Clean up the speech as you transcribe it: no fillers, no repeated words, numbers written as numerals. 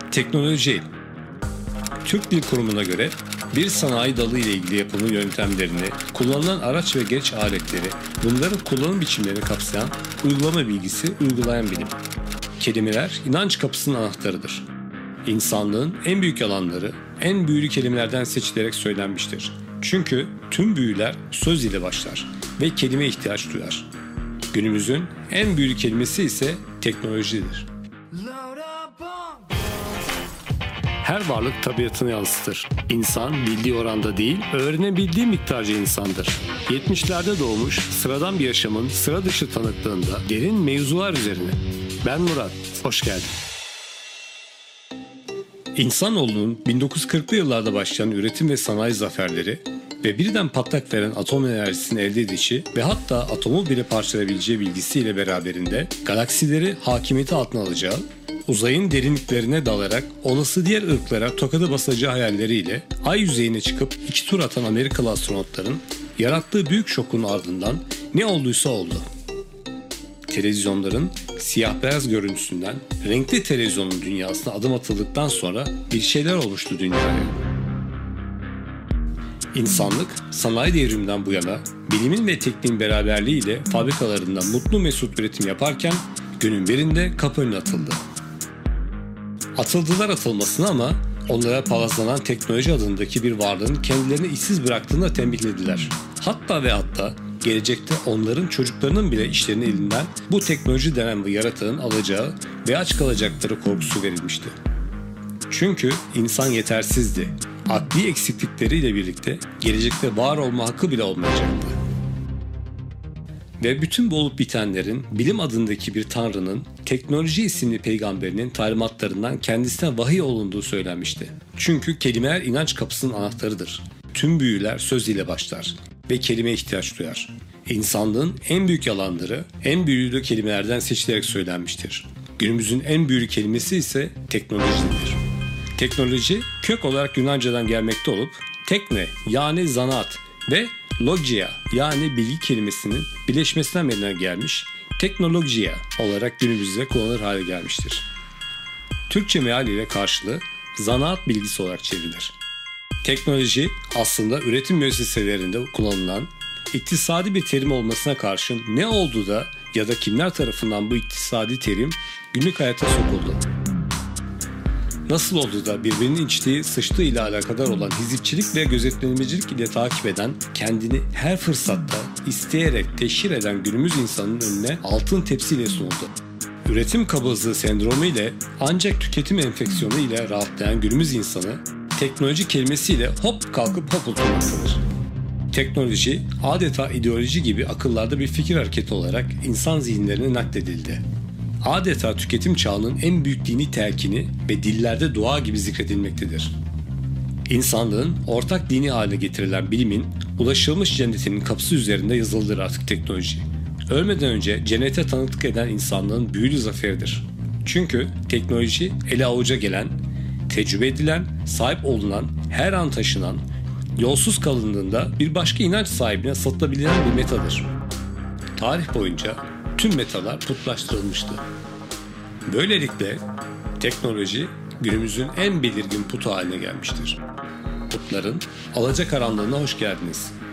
Teknoloji. Türk Dil Kurumu'na göre bir sanayi dalı ile ilgili yapımın yöntemlerini, kullanılan araç ve gereç aletleri, bunların kullanım biçimlerini kapsayan uygulama bilgisi uygulayan bilim. Kelimeler inanç kapısının anahtarıdır. İnsanlığın en büyük yalanları en büyülü kelimelerden seçilerek söylenmiştir. Çünkü tüm büyüler söz ile başlar ve kelime ihtiyaç duyar. Günümüzün en büyülü kelimesi ise teknolojidir. Her varlık tabiatını yansıtır. İnsan bildiği oranda değil, öğrenebildiği miktarca insandır. 70'lerde doğmuş, sıradan bir yaşamın sıra dışı tanıklığında derin mevzular üzerine. Ben Murat, hoş geldin. İnsanoğlunun 1940'lı yıllarda başlayan üretim ve sanayi zaferleri ve birden patlak veren atom enerjisini elde edişi ve hatta atomu bile parçalayabileceği bilgisiyle beraberinde galaksileri hakimiyeti altına alacağı, uzayın derinliklerine dalarak olası diğer ırklara tokadı basacağı hayalleriyle ay yüzeyine çıkıp 2 tur atan Amerikalı astronotların yarattığı büyük şokun ardından ne olduysa oldu. Televizyonların siyah beyaz görüntüsünden renkli televizyonun dünyasına adım atıldıktan sonra bir şeyler olmuştu dünyaya. İnsanlık sanayi devriminden bu yana bilimin ve tekniğin beraberliğiyle fabrikalarında mutlu mesut üretim yaparken günün birinde kapı önüne atıldı. Atıldılar atılmasına ama onlara palazlanan teknoloji adındaki bir varlığın kendilerini işsiz bıraktığını da tembihlediler. Hatta ve hatta gelecekte onların çocuklarının bile işlerini elinden bu teknoloji denen bir yaratığın alacağı ve aç kalacakları korkusu verilmişti. Çünkü insan yetersizdi. Akli eksiklikleriyle birlikte gelecekte var olma hakkı bile olmayacaktı. Ve bütün bu olup bitenlerin bilim adındaki bir tanrının teknoloji isimli peygamberinin talimatlarından kendisine vahiy olunduğu söylenmişti. Çünkü kelimeler inanç kapısının anahtarıdır. Tüm büyüler söz ile başlar ve kelimeye ihtiyaç duyar. İnsanlığın en büyük yalanları en büyülü kelimelerden seçilerek söylenmiştir. Günümüzün en büyülü kelimesi ise teknolojidir. Teknoloji kök olarak Yunanca'dan gelmekte olup tekne yani zanaat ve logia yani bilgi kelimesinin birleşmesinden meydana gelmiş teknolojiya olarak günümüzde kullanılır hale gelmiştir. Türkçe mealiyle karşılığı zanaat bilgisi olarak çevrilir. Teknoloji aslında üretim müesseselerinde kullanılan iktisadi bir terim olmasına karşın ne oldu da ya da kimler tarafından bu iktisadi terim günlük hayata sokuldu? Nasıl oldu da birbirinin içtiği, sıçtığı ile alakadar olan hizipçilik ve gözetlemecilik ile takip eden, kendini her fırsatta isteyerek teşhir eden günümüz insanının önüne altın tepsiyle sunuldu. Üretim kabızlığı sendromu ile ancak tüketim enfeksiyonu ile rahatlayan günümüz insanı, teknoloji kelimesiyle hop kalkıp hop oturmaktadır. Teknoloji adeta ideoloji gibi akıllarda bir fikir hareketi olarak insan zihinlerine nakledildi. Adeta tüketim çağının en büyük dini telkini ve dillerde dua gibi zikredilmektedir. İnsanlığın ortak dini haline getirilen bilimin ulaşılmış cennetinin kapısı üzerinde yazılıdır artık teknoloji. Ölmeden önce cennete tanıklık eden insanlığın büyülü zaferidir. Çünkü teknoloji ele avuca gelen, tecrübe edilen, sahip olunan, her an taşınan, yolsuz kalındığında bir başka inanç sahibine satılabilen bir metadır. Tarih boyunca tüm metalar putlaştırılmıştı. Böylelikle teknoloji günümüzün en belirgin putu haline gelmiştir. Putların alacakaranlığına hoş geldiniz.